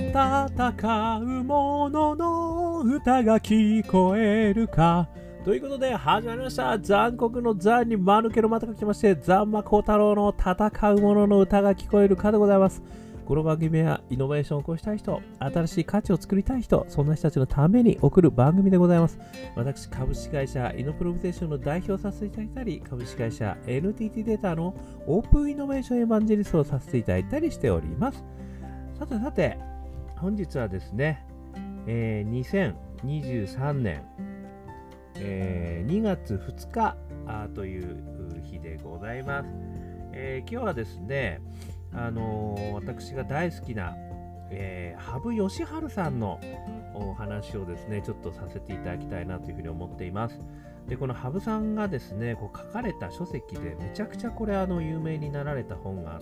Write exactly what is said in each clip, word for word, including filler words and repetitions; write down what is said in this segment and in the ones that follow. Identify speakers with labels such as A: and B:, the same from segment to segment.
A: 戦う者の歌が聞こえるか。ということで始まりました。残酷の残に間抜けのまたが来まして、ザンマコウタロウの戦う者の歌が聞こえるかでございます。この番組はイノベーションを起こしたい人、新しい価値を作りたい人、そんな人たちのために送る番組でございます。私、株式会社イノプロビゼーションの代表をさせていただいたり、株式会社 エヌティーティー データのオープンイノベーションエヴァンジェリストをさせていただいたりしております。さてさて、本日はですね、えー、にせんにじゅうさんねん、えー、にがつふつかという日でございます。えー、今日はですね、あのー、私が大好きな、えー、羽生善治さんのお話をですね、ちょっとさせていただきたいなというふうに思っています。で、この羽生さんがですね、こう書かれた書籍でめちゃくちゃこれあの有名になられた本があって、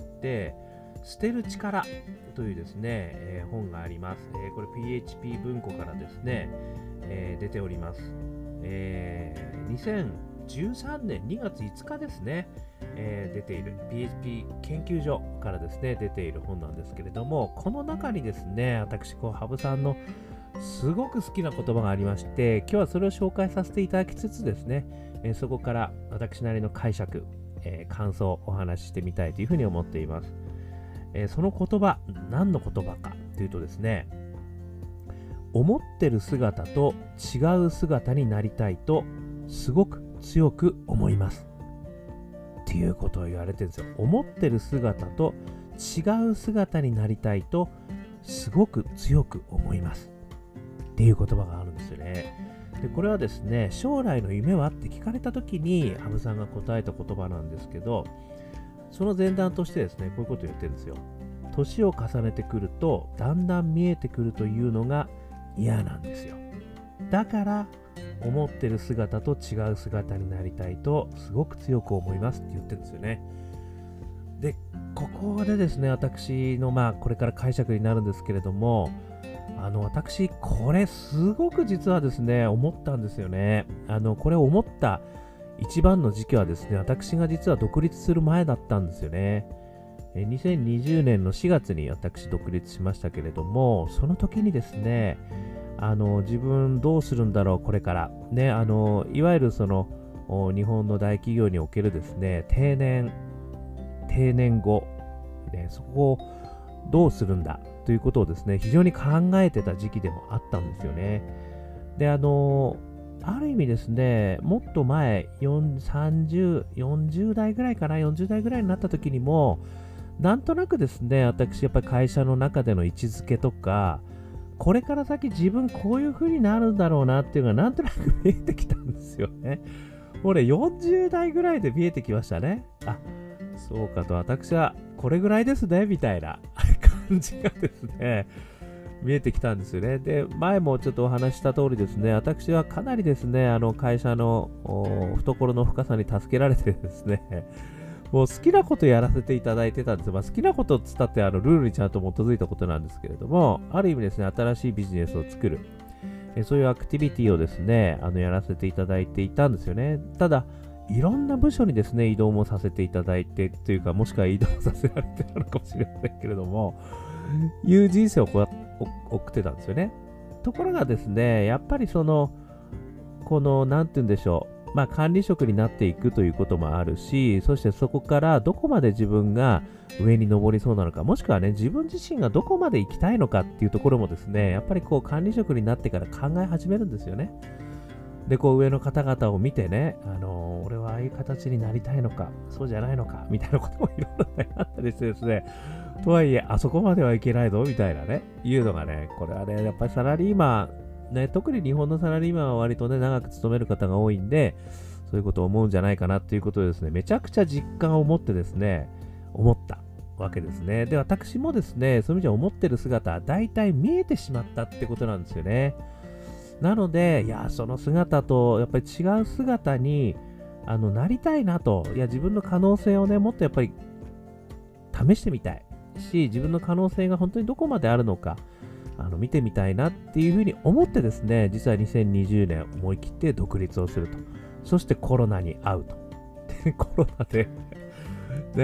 A: 捨てる力というですね、えー、本があります。えー、これ ピーエイチピー 文庫からですね、えー、出ております。えー、にせんじゅうさんねんにがついつかですね、えー、出ている ピーエイチピー 研究所からですね、出ている本なんですけれども、この中にですね、私、こう、羽生さんのすごく好きな言葉がありまして、今日はそれを紹介させていただきつつですね、えー、そこから私なりの解釈、えー、感想をお話ししてみたいというふうに思っています。えー、その言葉、何の言葉かというとですね、思ってる姿と違う姿になりたいとすごく強く思いますっていうことを言われてるんですよ。思ってる姿と違う姿になりたいとすごく強く思いますっていう言葉があるんですよね。で、これはですね、将来の夢はって聞かれた時に羽生さんが答えた言葉なんですけど、その前段としてですね、こういうことを言ってるんですよ。年を重ねてくるとだんだん見えてくるというのが嫌なんですよ。だから思ってる姿と違う姿になりたいとすごく強く思いますって言ってるんですよね。で、ここでですね、私のまあこれから解釈になるんですけれども、あの私これすごく実はですね思ったんですよね。あのこれを思った一番の時期はですね、私が実は独立する前だったんですよね。にせんにじゅうねんのしがつに私独立しましたけれども、その時にですね、あの自分どうするんだろうこれからね、あのいわゆるその日本の大企業におけるですね、定年定年後、ね、そこをどうするんだということをですね、非常に考えてた時期でもあったんですよね。で、あのある意味ですね、もっと前さんじゅう、よんじゅう代ぐらいかな、よんじゅう代ぐらいになった時にも、なんとなくですね、私やっぱり会社の中での位置づけとか、これから先自分こういう風になるんだろうなっていうのがなんとなく見えてきたんですよね。もうね、よんじゅう代ぐらいで見えてきましたね。あ、そうかと、私はこれぐらいですね、みたいな感じがですね、見えてきたんですよね。で、前もちょっとお話しした通りですね、私はかなりですね、あの会社の懐の深さに助けられてですね、もう好きなことやらせていただいてたんですよ。まあ、好きなことっつったってあのルールにちゃんと基づいたことなんですけれども、ある意味ですね、新しいビジネスを作る、えそういうアクティビティをですね、あのやらせていただいていたんですよね。ただ、いろんな部署にですね、移動もさせていただいてというか、もしくは移動させられてたのかもしれませんけれども、いう人生をこう送ってたんですよね。ところがですね、やっぱりその、この、なんて言うんでしょう、まあ、管理職になっていくということもあるし、そしてそこからどこまで自分が上に上りそうなのか、もしくはね、自分自身がどこまで行きたいのかっていうところもですね、やっぱりこう管理職になってから考え始めるんですよね。で、こう上の方々を見てね、あのー、俺はああいう形になりたいのか、そうじゃないのか、みたいなこともいろいろあったりしてですね、とはいえ、あそこまではいけないぞ、みたいなね、いうのがね、これはね、やっぱりサラリーマン、ね、特に日本のサラリーマンは割とね、長く勤める方が多いんで、そういうことを思うんじゃないかなということでですね、めちゃくちゃ実感を持ってですね、思ったわけですね。で、私もですね、そういう意味じゃ思ってる姿、大体見えてしまったってことなんですよね。なので、いや、その姿と、やっぱり違う姿に、あの、なりたいなと、いや、自分の可能性をね、もっとやっぱり、試してみたいし、自分の可能性が本当にどこまであるのか、あの見てみたいなっていうふうに思ってですね、実はにせんにじゅうねん思い切って独立をすると。そしてコロナに遭うと。でコロナで、ね、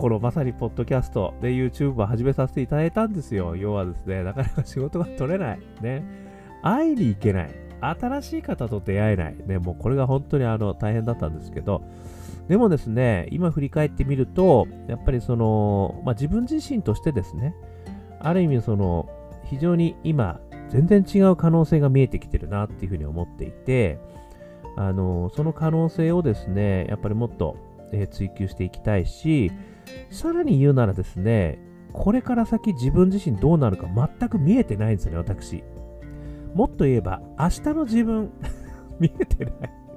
A: このまさにポッドキャストで YouTube を始めさせていただいたんですよ。要はですね、なかなか仕事が取れない。ね。会いに行けない。新しい方と出会えない。ね。もうこれが本当にあの大変だったんですけど、でもですね、今振り返ってみると、やっぱりその、まあ、自分自身としてですね、ある意味その、非常に今、全然違う可能性が見えてきてるなっていうふうに思っていて、あの、その可能性をですね、やっぱりもっと、えー追求していきたいし、さらに言うならですね、これから先自分自身どうなるか全く見えてないんですよね、私。もっと言えば、明日の自分、見えてない。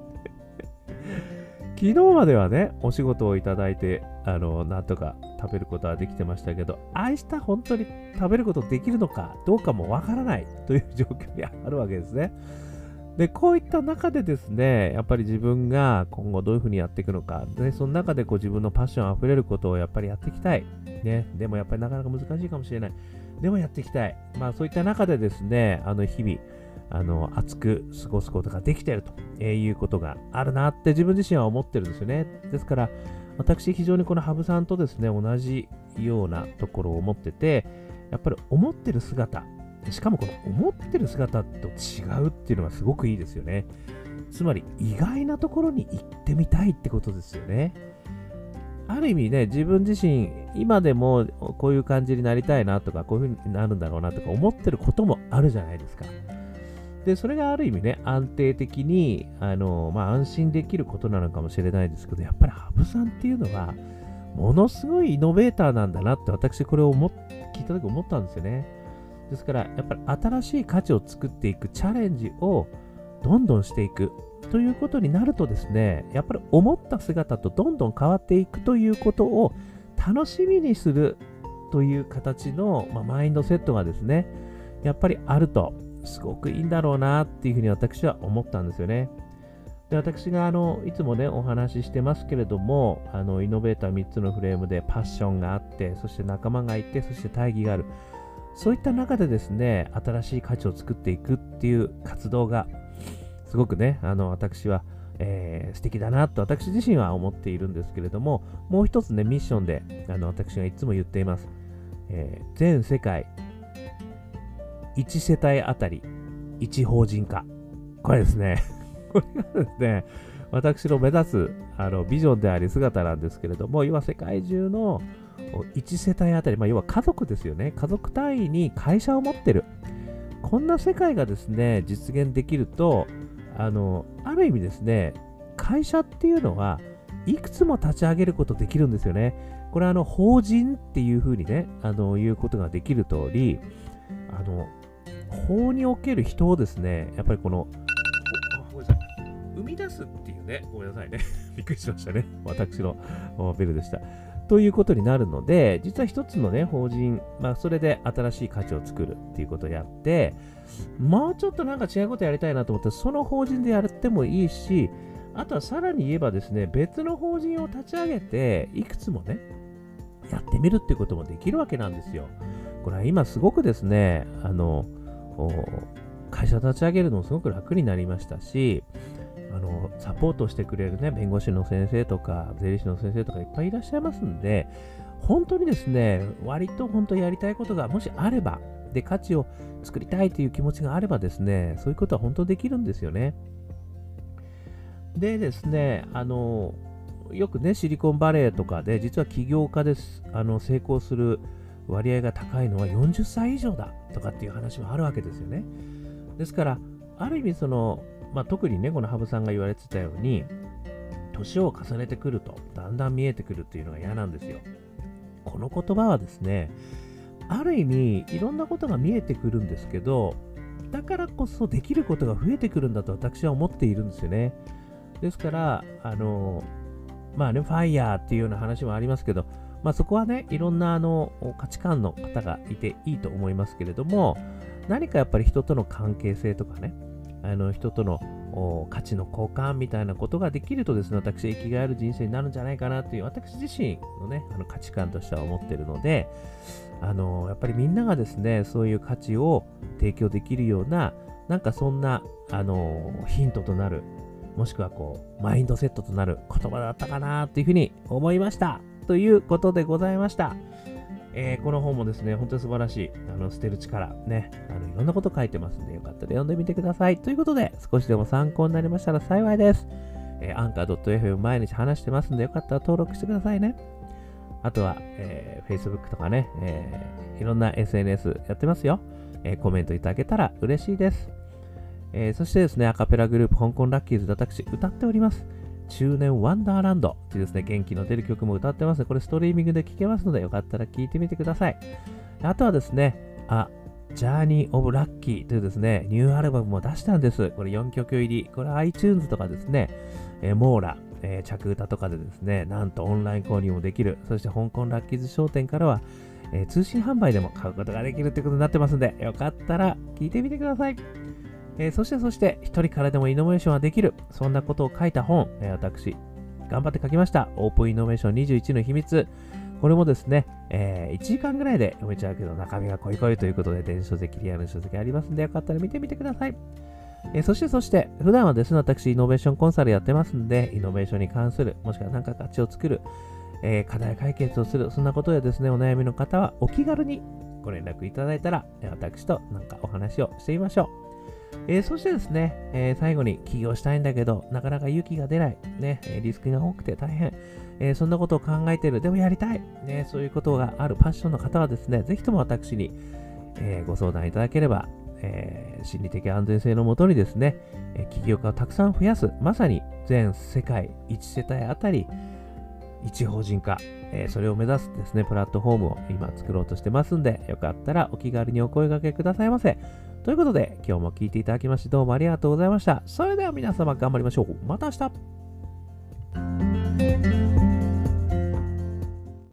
A: 昨日まではね、お仕事をいただいて、あの、なんとか食べることはできてましたけど、明日本当に食べることできるのかどうかもわからないという状況にあるわけですね。で、こういった中でですね、やっぱり自分が今後どういうふうにやっていくのか、で、その中でこう自分のパッションあふれることをやっぱりやっていきたい。ね。でもやっぱりなかなか難しいかもしれない。でもやっていきたい。まあそういった中でですね、あの日々、あの、熱く過ごすことができているということがあるなって自分自身は思ってるんですよね。ですから、私非常にこの羽生さんとですね、同じようなところを持ってて、やっぱり思ってる姿、しかもこの思ってる姿と違うっていうのがすごくいいですよね。つまり意外なところに行ってみたいってことですよね。ある意味ね、自分自身、今でもこういう感じになりたいなとか、こういう風になるんだろうなとか思ってることもあるじゃないですか。で、それがある意味ね、安定的に、あの、まあ、安心できることなのかもしれないですけど、やっぱり羽生さんっていうのは、ものすごいイノベーターなんだなって私これを思っ聞いた時思ったんですよね。ですから、やっぱり新しい価値を作っていくチャレンジをどんどんしていくということになるとですね、やっぱり思った姿とどんどん変わっていくということを楽しみにするという形の、まあ、マインドセットがですね、やっぱりあるとすごくいいんだろうなっていうふうに私は思ったんですよね。で、私があのいつもねお話ししてますけれども、あのイノベーターみっつのフレームでパッションがあって、そして仲間がいて、そして大義がある。そういった中でですね、新しい価値を作っていくっていう活動がすごくね、あの私は、えー素敵だなと私自身は思っているんですけれども、もう一つね、ミッションであの私がいつも言っています。えー全世界いち世帯あたりいち法人化。これですね。これがですね、私の目指すあのビジョンであり姿なんですけれども、要は世界中のいち世帯あたり、まあ、要は家族ですよね。家族単位に会社を持ってる。こんな世界がですね、実現できると、あの、ある意味ですね、会社っていうのはいくつも立ち上げることできるんですよね。これはあの法人っていうふうにね、あの言うことができる通り、あの法における人をですね、やっぱりこの、ごめんなさい、生み出すっていうね、ごめんなさいね、びっくりしましたね、私のベルでした。ということになるので、実は一つのね、法人、まあ、それで新しい価値を作るっていうことをやって、もうちょっとなんか違うことやりたいなと思って、その法人でやってもいいし、あとはさらに言えばですね、別の法人を立ち上げて、いくつもね、やってみるっていうこともできるわけなんですよ。これは今すごくですね、あの、会社立ち上げるのもすごく楽になりましたし、あのサポートしてくれるね、弁護士の先生とか税理士の先生とかいっぱいいらっしゃいますんで、本当にですね、割と本当にやりたいことがもしあれば、で、価値を作りたいという気持ちがあればですね、そういうことは本当できるんですよね。でですね、あの、よくね、シリコンバレーとかで、実は起業家です、あの、成功する割合が高いのはよんじゅっさい以上だとかっていう話もあるわけですよね。ですから、ある意味その、まあ、特にね、この羽生さんが言われてたように、年を重ねてくると、だんだん見えてくるっていうのが嫌なんですよ。この言葉はですね、ある意味、いろんなことが見えてくるんですけど、だからこそできることが増えてくるんだと私は思っているんですよね。ですから、あの、まあね、ファイヤーっていうような話もありますけど、まあそこはね、いろんなあの価値観の方がいていいと思いますけれども、何かやっぱり人との関係性とかね、あの人との価値の交換みたいなことができるとですね、私は生きがいある人生になるんじゃないかなという私自身のね、あの価値観としては思っているので、あのやっぱりみんながですね、そういう価値を提供できるような、なんかそんなあのヒントとなる、もしくはこうマインドセットとなる言葉だったかなというふうに思いました。 ということでございました。えー、この本もですね、本当に素晴らしい。あの、捨てる力、ね、あの、いろんなこと書いてますんで、よかったら読んでみてください。ということで、少しでも参考になりましたら幸いです。えー、アンカー ドットエフエム 毎日話してますんで、よかったら登録してくださいね。あとは、えー、Facebook とかね、えー、いろんな エスエヌエス やってますよ。えー、コメントいただけたら嬉しいです。えー、そしてですね、アカペラグループ、香港ラッキーズで私、歌っております。中年ワンダーランドというですね、元気の出る曲も歌ってます。これストリーミングで聴けますので、よかったら聴いてみてください。あとはですね、あ、ジャーニー・オブ・ラッキーというですね、ニューアルバムも出したんです。これよんきょく入り。これ iTunes とかですね、えー、モーラ、えー、着歌とかでですね、なんとオンライン購入もできる。そして香港ラッキーズ商店からは、えー、通信販売でも買うことができるということになってますんで、よかったら聴いてみてください。えー、そしてそして、一人からでもイノベーションはできる。そんなことを書いた本、えー、私、頑張って書きました。オープンイノベーションにじゅういちの秘密。これもですね、えー、いちじかんぐらいで読めちゃうけど、中身が濃い濃いということで、電子書籍、リアル書籍ありますんで、よかったら見てみてください。えー、そしてそして、普段はですね、私、イノベーションコンサルやってますんで、イノベーションに関する、もしくは何か価値を作る、えー、課題解決をする、そんなことでですね、お悩みの方はお気軽にご連絡いただいたら、私と何かお話をしてみましょう。えー、そしてですね、えー、最後に起業したいんだけど、なかなか勇気が出ない、ね、リスクが多くて大変、えー、そんなことを考えている、でもやりたい、ね、そういうことがあるパッションの方はですね、ぜひとも私に、えー、ご相談いただければ、えー、心理的安全性のもとにですね、えー、起業家をたくさん増やす、まさに全世界いち世帯あたりいち法人化、えー、それを目指すですね、プラットフォームを今作ろうとしてますんで、よかったらお気軽にお声掛けくださいませ。ということで、今日も聞いていただきましてどうもありがとうございました。それでは皆様頑張りましょう。また明日。